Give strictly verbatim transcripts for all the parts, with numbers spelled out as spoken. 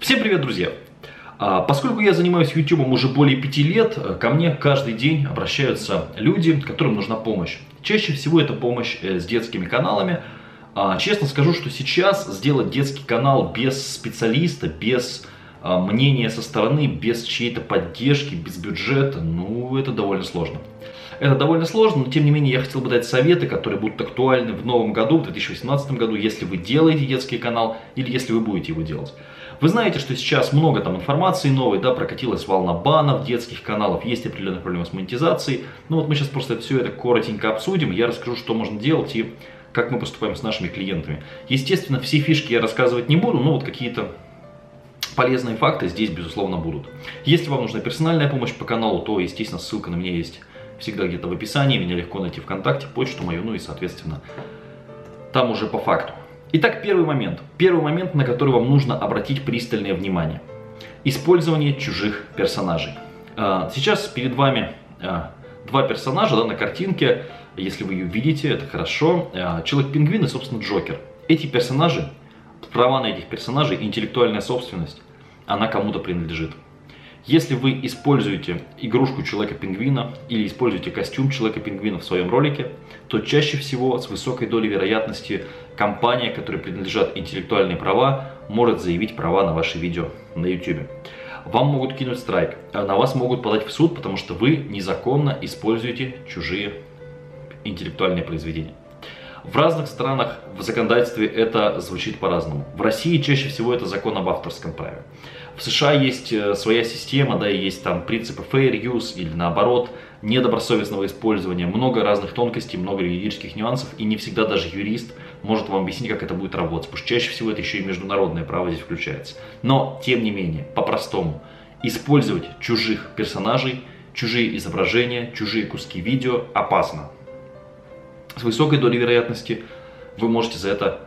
Всем привет, друзья! Поскольку я занимаюсь YouTube уже более пяти лет, ко мне каждый день обращаются люди, которым нужна помощь. Чаще всего это помощь с детскими каналами. Честно скажу, что сейчас сделать детский канал без специалиста, без мнения со стороны, без чьей-то поддержки, без бюджета, ну это довольно сложно. Это довольно сложно, но тем не менее я хотел бы дать советы, которые будут актуальны в новом году, в две тысячи восемнадцатом году, если вы делаете детский канал или если вы будете его делать. Вы знаете, что сейчас много там информации новой, да, прокатилась волна банов детских каналов, есть определенные проблемы с монетизацией. Ну вот мы сейчас просто все это коротенько обсудим, я расскажу, что можно делать и как мы поступаем с нашими клиентами. Естественно, все фишки я рассказывать не буду, но вот какие-то полезные факты здесь, безусловно, будут. Если вам нужна персональная помощь по каналу, то, естественно, ссылка на меня есть всегда где-то в описании, меня легко найти ВКонтакте, почту мою, ну и, соответственно, там уже по факту. Итак, первый момент. Первый момент, на который вам нужно обратить пристальное внимание. Использование чужих персонажей. Сейчас перед вами два персонажа, да, на картинке. Если вы ее видите, это хорошо. Человек-пингвин и, собственно, Джокер. Эти персонажи, права на этих персонажей, интеллектуальная собственность, она кому-то принадлежит. Если вы используете игрушку Человека-пингвина или используете костюм Человека-пингвина в своем ролике, то чаще всего с высокой долей вероятности компания, которой принадлежат интеллектуальные права, может заявить права на ваши видео на YouTube. Вам могут кинуть страйк, а на вас могут подать в суд, потому что вы незаконно используете чужие интеллектуальные произведения. В разных странах в законодательстве это звучит по-разному. В России чаще всего это закон об авторском праве. В США есть своя система, да, и есть там принципы fair use или наоборот недобросовестного использования. Много разных тонкостей, много юридических нюансов, и не всегда даже юрист может вам объяснить, как это будет работать, потому что чаще всего это еще и международное право здесь включается. Но, тем не менее, по-простому, использовать чужих персонажей, чужие изображения, чужие куски видео опасно. С высокой долей вероятности вы можете за это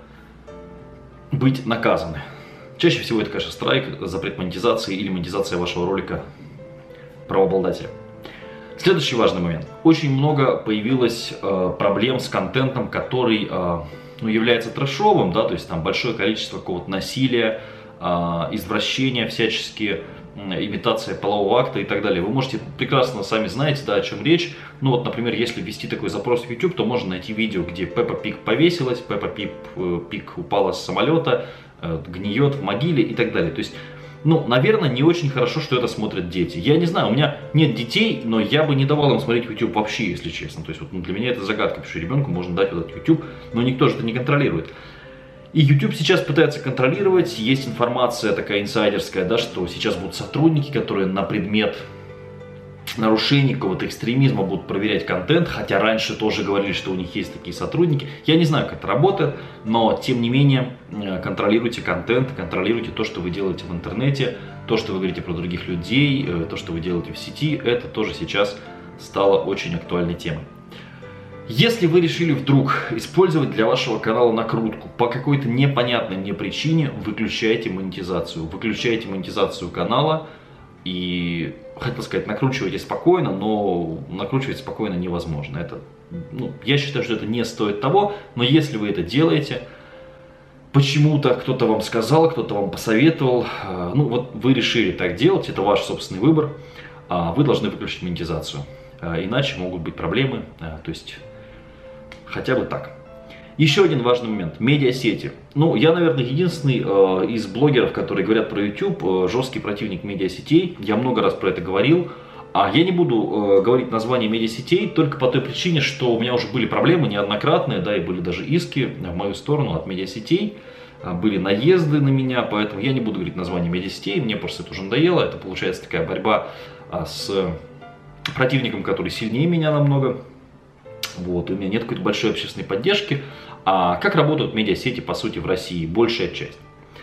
быть наказаны. Чаще всего это, конечно, страйк, запрет монетизации или монетизация вашего ролика правообладателя. Следующий важный момент. Очень много появилось э, проблем с контентом, который э, ну, является трэшовым, да, то есть там большое количество какого-то насилия, э, извращения всяческие, имитация полового акта и так далее. Вы можете прекрасно сами знаете, да, о чем речь. Ну вот, например, если ввести такой запрос в YouTube, то можно найти видео, где Пеппа Пиг повесилась, Пеппа Пиг, Пиг упала с самолета, гниет в могиле и так далее. То есть, ну, наверное, не очень хорошо, что это смотрят дети. Я не знаю, у меня нет детей, но я бы не давал им смотреть YouTube вообще, если честно. То есть, вот, ну, для меня это загадка, потому что ребенку можно дать вот этот YouTube, но никто же это не контролирует. И YouTube сейчас пытается контролировать, есть информация такая инсайдерская, да, что сейчас будут сотрудники, которые на предмет нарушений какого-то экстремизма будут проверять контент, хотя раньше тоже говорили, что у них есть такие сотрудники. Я не знаю, как это работает, но тем не менее контролируйте контент, контролируйте то, что вы делаете в интернете, то, что вы говорите про других людей, то, что вы делаете в сети, это тоже сейчас стало очень актуальной темой. Если вы решили вдруг использовать для вашего канала накрутку по какой-то непонятной мне причине, выключайте монетизацию. Выключайте монетизацию канала и, хотел сказать, накручивайте спокойно, но накручивать спокойно невозможно. Это, ну, я считаю, что это не стоит того, но если вы это делаете, почему-то кто-то вам сказал, кто-то вам посоветовал, ну вот вы решили так делать, это ваш собственный выбор, вы должны выключить монетизацию. Иначе могут быть проблемы, то есть хотя бы так. Еще один важный момент. Медиасети. Ну, я, наверное, единственный э, из блогеров, которые говорят про YouTube, э, жесткий противник медиасетей. Я много раз про это говорил. А я не буду э, говорить название медиасетей только по той причине, что у меня уже были проблемы неоднократные, да, и были даже иски в мою сторону от медиасетей. Были наезды на меня, поэтому я не буду говорить название медиасетей. Мне просто это уже надоело. Это получается такая борьба а, с противником, который сильнее меня намного. Вот, у меня нет какой-то большой общественной поддержки. А как работают медиасети, по сути, в России? Большая часть.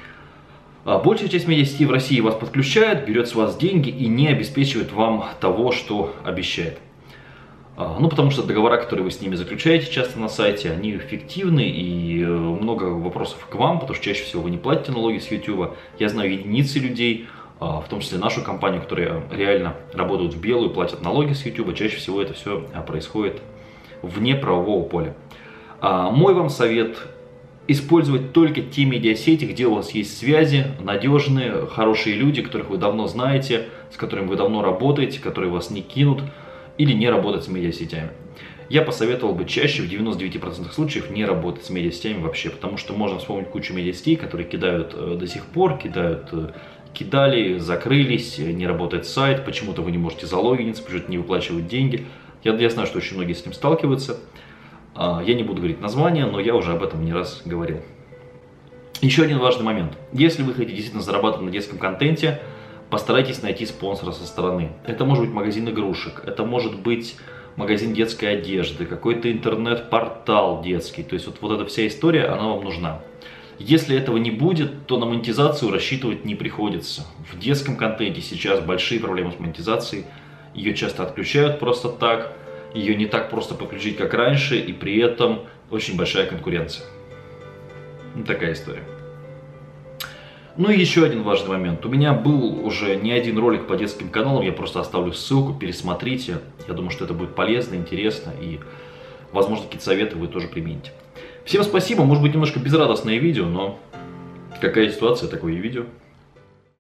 А большая часть медиасетей в России вас подключает, берет с вас деньги и не обеспечивает вам того, что обещает. А, ну, потому что договора, которые вы с ними заключаете часто на сайте, они фиктивны, и много вопросов к вам, потому что чаще всего вы не платите налоги с YouTube. Я знаю единицы людей, в том числе нашу компанию, которые реально работают в белую, платят налоги с YouTube. Чаще всего это все происходит вне правового поля. А, мой вам совет: использовать только те медиасети, где у вас есть связи, надежные, хорошие люди, которых вы давно знаете, с которыми вы давно работаете, которые вас не кинут, или не работать с медиасетями. Я посоветовал бы чаще, в девяноста девяти процентах случаев, не работать с медиасетями вообще, потому что можно вспомнить кучу медиасетей, которые кидают э, до сих пор, кидают, э, кидали, закрылись, не работает сайт, почему-то вы не можете залогиниться, потому что не выплачивают деньги. Я, я знаю, что очень многие с этим сталкиваются. А, я не буду говорить название, но я уже об этом не раз говорил. Еще один важный момент. Если вы хотите действительно зарабатывать на детском контенте, постарайтесь найти спонсора со стороны. Это может быть магазин игрушек, это может быть магазин детской одежды, какой-то интернет-портал детский. То есть вот, вот эта вся история, она вам нужна. Если этого не будет, то на монетизацию рассчитывать не приходится. В детском контенте сейчас большие проблемы с монетизацией. Ее часто отключают просто так. Ее не так просто подключить, как раньше. И при этом очень большая конкуренция. Вот такая история. Ну и еще один важный момент. У меня был уже не один ролик по детским каналам, я просто оставлю ссылку, пересмотрите. Я думаю, что это будет полезно, интересно и, возможно, какие-то советы вы тоже примените. Всем спасибо, может быть немножко безрадостное видео, но какая ситуация, такое и видео.